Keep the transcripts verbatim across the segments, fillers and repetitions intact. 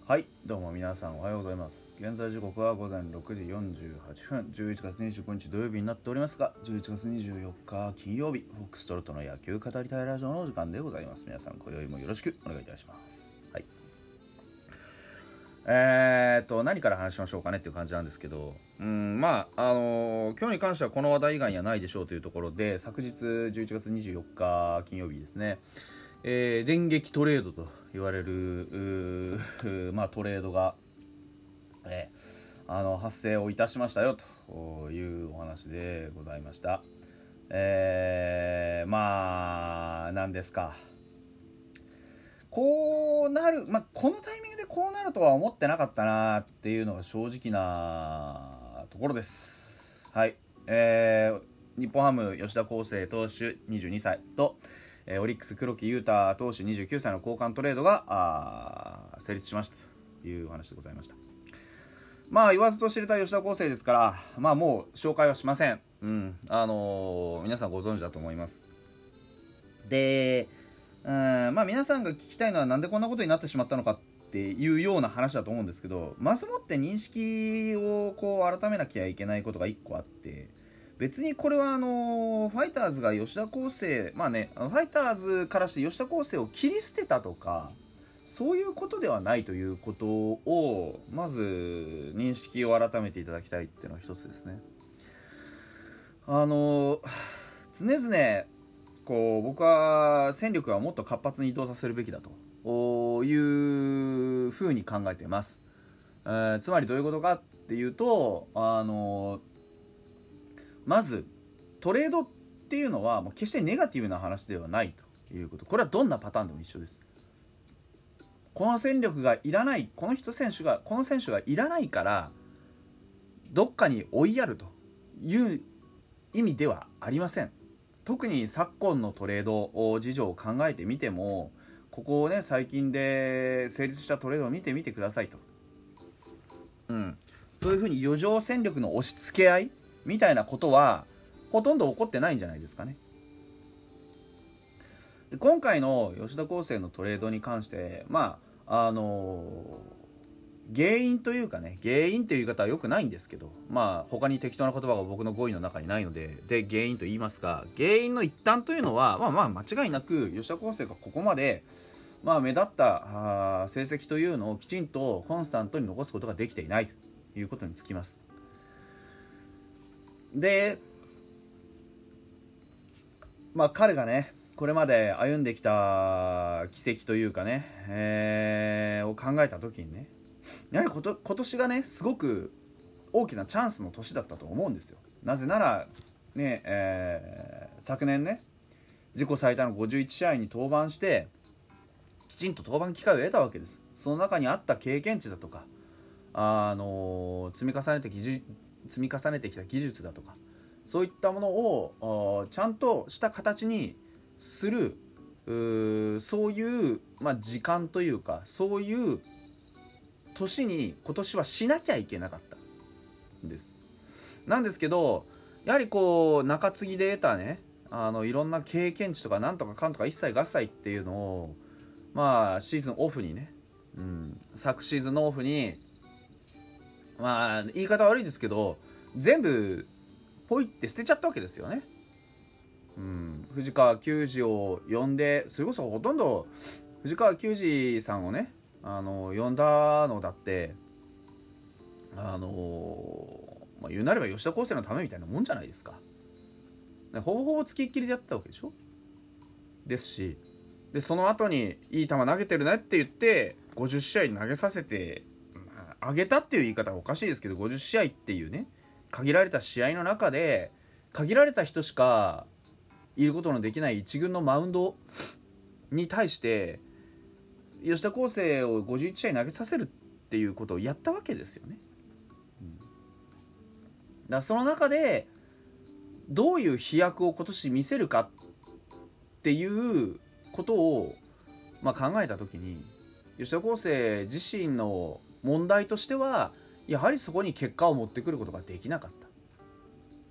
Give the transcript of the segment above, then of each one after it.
はい、どうも皆さんおはようございます。現在時刻はごぜんろくじよんじゅうはっぷん、じゅういちがつにじゅうごにち土曜日になっておりますが、じゅういちがつにじゅうよっか金曜日、フォックストロットの野球語りたいラジオの時間でございます。皆さん今宵もよろしくお願いいたします。はい。えーと何から話しましょうかねっていう感じなんですけど、うん、まああのー、今日に関してはこの話題以外にはないでしょうというところで、昨日じゅういちがつにじゅうよっか金曜日ですね。えー、電撃トレードと言われる、まあ、トレードが、えー、あの発生をいたしましたよというお話でございました。えー、まあ何ですか、こうなる、まあ、このタイミングでこうなるとは思ってなかったなっていうのが正直なところです。はい、えー、日本ハム吉田康生投手にじゅうにさいとオリックス黒木優太投手にじゅうきゅうさいの交換トレードが成立しましたというお話でございました。まあ言わずと知れた吉田康生ですから、まあもう紹介はしません。うん、あのー、皆さんご存知だと思います。で、うん、まあ皆さんが聞きたいのはなんでこんなことになってしまったのかっていうような話だと思うんですけど、まずもって認識をこう改めなきゃいけないことがいっこあって、別にこれはあのファイターズが吉田康生、まあね、ファイターズからして吉田康生を切り捨てたとかそういうことではないということをまず認識を改めていただきたいっていうのが一つですね。あの常々こう僕は戦力はもっと活発に移動させるべきだというふうに考えています。えー、つまりどういうことかっていうと、あのまずトレードっていうのはもう決してネガティブな話ではないということ。これはどんなパターンでも一緒です。この戦力がいらない、この人選手がこの選手がいらないからどっかに追いやるという意味ではありません。特に昨今のトレード事情を考えてみても、ここをね最近で成立したトレードを見てみてくださいと。うん、そういうふうに余剰戦力の押し付け合いみたいなことはほとんど起こってないんじゃないですかね。で今回の吉田康生のトレードに関してまああのー、原因というかね、原因という言い方はよくないんですけど、まあ他に適当な言葉が僕の語彙の中にないのでで原因と言いますが、原因の一端というのはまあまあ間違いなく吉田康生がここまでまあ目立ったあ成績というのをきちんとコンスタントに残すことができていないということにつきます。でまあ彼がねこれまで歩んできた軌跡というかね、えー、を考えた時にね、やはりこと今年がねすごく大きなチャンスの年だったと思うんですよ。なぜならね、えー、昨年ね自己最多のごじゅういちしあいに登板してきちんと登板機会を得たわけです。その中にあった経験値だとか、あのー、積み重ねてき積み重ねてきた技術だとか、そういったものをちゃんとした形にする、うそういう、まあ、時間というかそういう年に今年はしなきゃいけなかったんです。なんですけど、やはりこう中継ぎで得たね、あのいろんな経験値とかなんとかかんとか一切合切っていうのをまあシーズンオフにね、うん、昨シーズンのオフにまあ言い方悪いですけど全部ポイって捨てちゃったわけですよね。うん、藤川球児を呼んで、それこそほとんど藤川球児さんをねあの呼んだのだってあの、まあ、言うなれば吉田康生のためみたいなもんじゃないですか。ほぼほぼ付きっきりでやってたわけでしょ。ですし、でその後にいい球投げてるねって言ってごじゅっしあい投げさせて、まあ、上げたっていう言い方はおかしいですけど、ごじゅっしあいっていうね限られた試合の中で限られた人しかいることのできない一軍のマウンドに対して吉田康生をごじゅういちしあい投げさせるっていうことをやったわけですよね。うん、だからその中でどういう飛躍を今年見せるかっていうことを、まあ、考えた時に吉田康生自身の問題としてはやはりそこに結果を持ってくることができなかった。うん、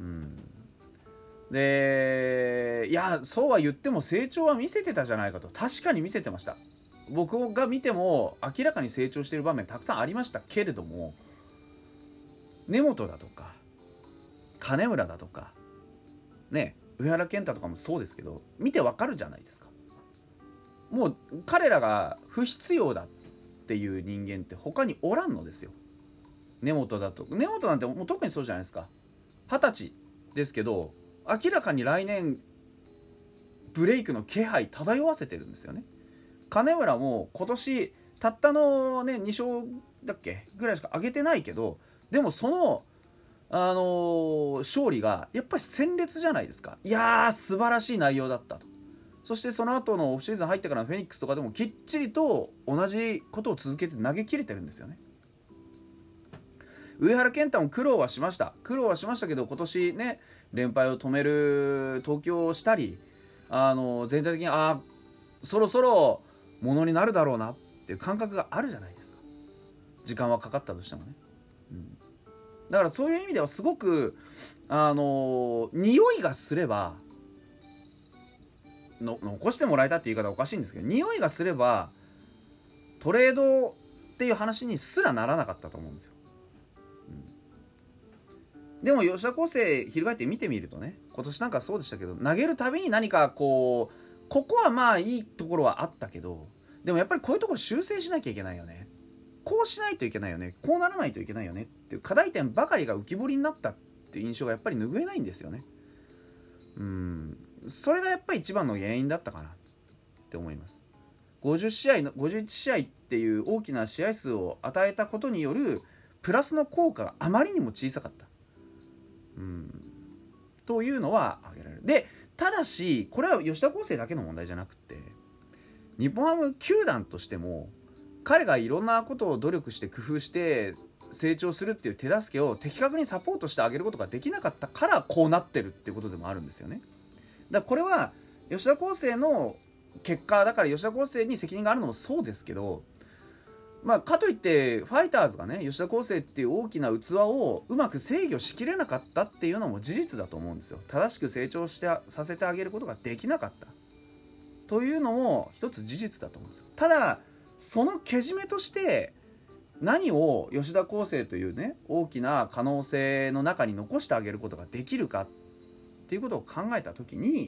でいやそうは言っても成長は見せてたじゃないかと。確かに見せてました。 僕が見ても明らかに成長している場面たくさんありましたけれども、根本だとか金村だとかね、上原健太とかもそうですけど、見てわかるじゃないですか。もう彼らが不必要だっていう人間って他におらんのですよ。根本だと根本なんてもう特にそうじゃないですか。二十歳ですけど明らかに来年ブレイクの気配漂わせてるんですよね。金村も今年たったのねに勝だっけぐらいしか上げてないけど、でもそのあのー、勝利がやっぱり鮮烈じゃないですか。いやー素晴らしい内容だったと。そしてその後のオフシーズン入ってからのフェニックスとかでもきっちりと同じことを続けて投げ切れてるんですよね。上原健太も苦労はしました苦労はしましたけど、今年ね連敗を止める投球をしたり、あの全体的にああそろそろものになるだろうなっていう感覚があるじゃないですか。時間はかかったとしてもね、うん、だからそういう意味ではすごくあの匂いがすればの残してもらえたっていう言い方はおかしいんですけど、匂いがすればトレードっていう話にすらならなかったと思うんですよ。でも吉田輝星翻って見てみるとね、今年なんかそうでしたけど、投げるたびに何かこうここはまあいいところはあったけど、でもやっぱりこういうところ修正しなきゃいけないよね、こうしないといけないよね、こうならないといけないよねっていう課題点ばかりが浮き彫りになったっていう印象がやっぱり拭えないんですよね。うん、それがやっぱり一番の原因だったかなって思います。ごじゅっしあいのごじゅういち試合っていう大きな試合数を与えたことによるプラスの効果があまりにも小さかった、うん、というのは挙げられる。でただしこれは吉田輝星だけの問題じゃなくて、日本ハム球団としても彼がいろんなことを努力して工夫して成長するっていう手助けを的確にサポートしてあげることができなかったからこうなってるっていうことでもあるんですよね。だからこれは吉田輝星の結果だから吉田輝星に責任があるのもそうですけど、まあ、かといってファイターズがね吉田輝星っていう大きな器をうまく制御しきれなかったっていうのも事実だと思うんですよ。正しく成長してさせてあげることができなかったというのも一つ事実だと思うんですよ。ただそのけじめとして何を吉田輝星というね大きな可能性の中に残してあげることができるかっていうことを考えた時に、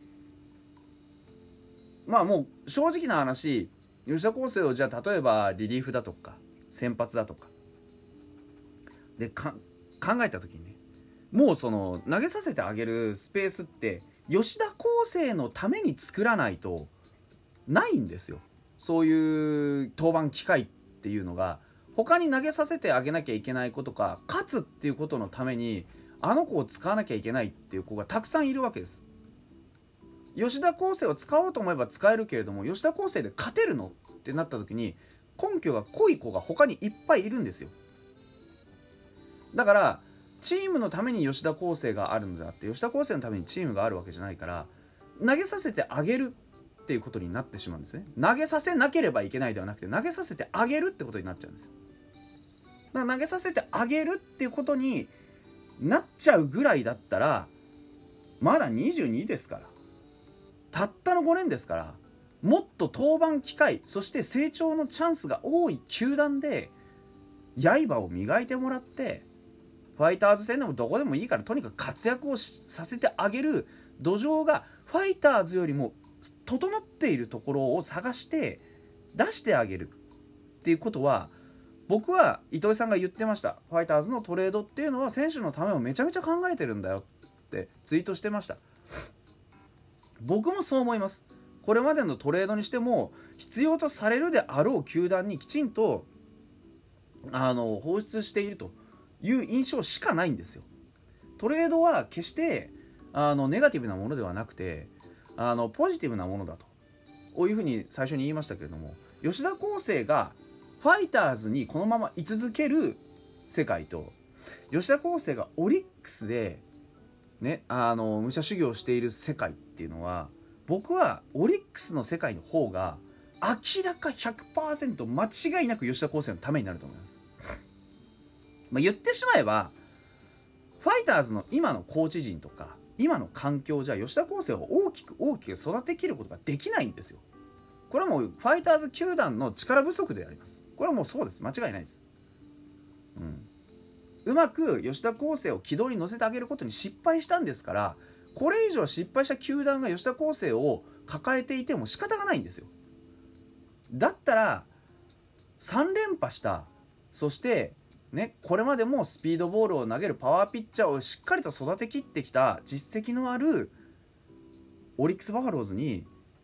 まあもう正直な話、吉田輝星をじゃあ例えばリリーフだとか先発だとかでか考えた時にね、もうその投げさせてあげるスペースって吉田輝星のために作らないとないんですよ。そういう登板機会っていうのが他に投げさせてあげなきゃいけない子とか勝つっていうことのためにあの子を使わなきゃいけないっていう子がたくさんいるわけです。吉田輝星を使おうと思えば使えるけれども、吉田輝星で勝てるのってなった時に根拠が濃い子が他にいっぱいいるんですよ。だからチームのために吉田輝星があるのであって吉田輝星のためにチームがあるわけじゃないから、投げさせてあげるっていうことになってしまうんですね。投げさせなければいけないではなくて投げさせてあげるってことになっちゃうんですよ。だから投げさせてあげるっていうことになっちゃうぐらいだったらまだにじゅうにですから、たったのごねんですから、もっと登板機会そして成長のチャンスが多い球団で刃を磨いてもらって、ファイターズ戦でもどこでもいいからとにかく活躍をさせてあげる土壌がファイターズよりも整っているところを探して出してあげるっていうことは、僕は糸井さんが言ってました。ファイターズのトレードっていうのは選手のためをめちゃめちゃ考えてるんだよってツイートしてました。僕もそう思います。これまでのトレードにしても必要とされるであろう球団にきちんとあの放出しているという印象しかないんですよ。トレードは決してあのネガティブなものではなくてあのポジティブなものだとこういうふうに最初に言いましたけれども、吉田輝星がファイターズにこのまま居続ける世界と吉田輝星がオリックスで、ね、あの武者修行している世界っていうのは、僕はオリックスの世界の方が明らか ひゃくパーセント 間違いなく吉田輝星のためになると思います。まあ、言ってしまえばファイターズの今のコーチ陣とか今の環境じゃ吉田輝星を大きく大きく育てきることができないんですよ。 これはもうファイターズ球団の力不足であります。これはもうそうです、間違いないです。うん、うまく吉田輝星を軌道に乗せてあげることに失敗したんですから、これ以上失敗した球団が吉田輝星を抱えていても仕方がないんですよ。だったらさん連覇した、そしてね、これまでもスピードボールを投げるパワーピッチャーをしっかりと育てきってきた実績のあるオリックスバファローズに、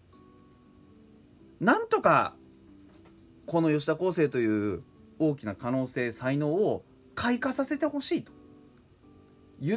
なんとかこの吉田輝星という大きな可能性、才能を開花させてほしいと言って、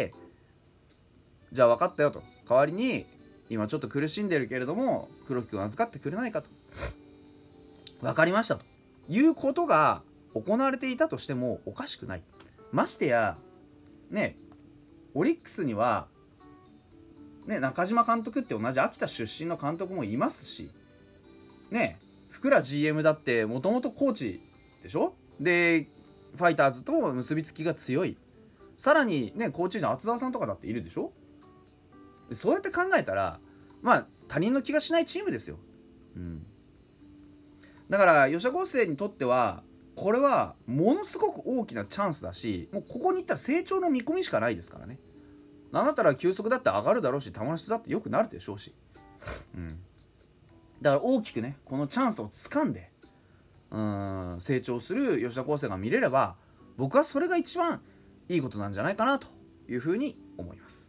じゃあ分かったよと、代わりに今ちょっと苦しんでるけれども黒木君預かってくれないかと、分かりましたということが行われていたとしてもおかしくない。ましてやね、オリックスにはね、中島監督って同じ秋田出身の監督もいますしね、福良 ジーエム だってもともとコーチでしょ。でファイターズと結びつきが強い、さらにねコーチ陣の厚澤さんとかだっているでしょ。そうやって考えたらまあ他人の気がしないチームですよ。うん、だから吉田輝星にとってはこれはものすごく大きなチャンスだし、もうここに行ったら成長の見込みしかないですからね。なんだったら球速だって上がるだろうし、球の質だって良くなるでしょうし、うん、だから大きくねこのチャンスを掴んでうーん成長する吉田輝星が見れれば、僕はそれが一番いいことなんじゃないかなというふうに思います。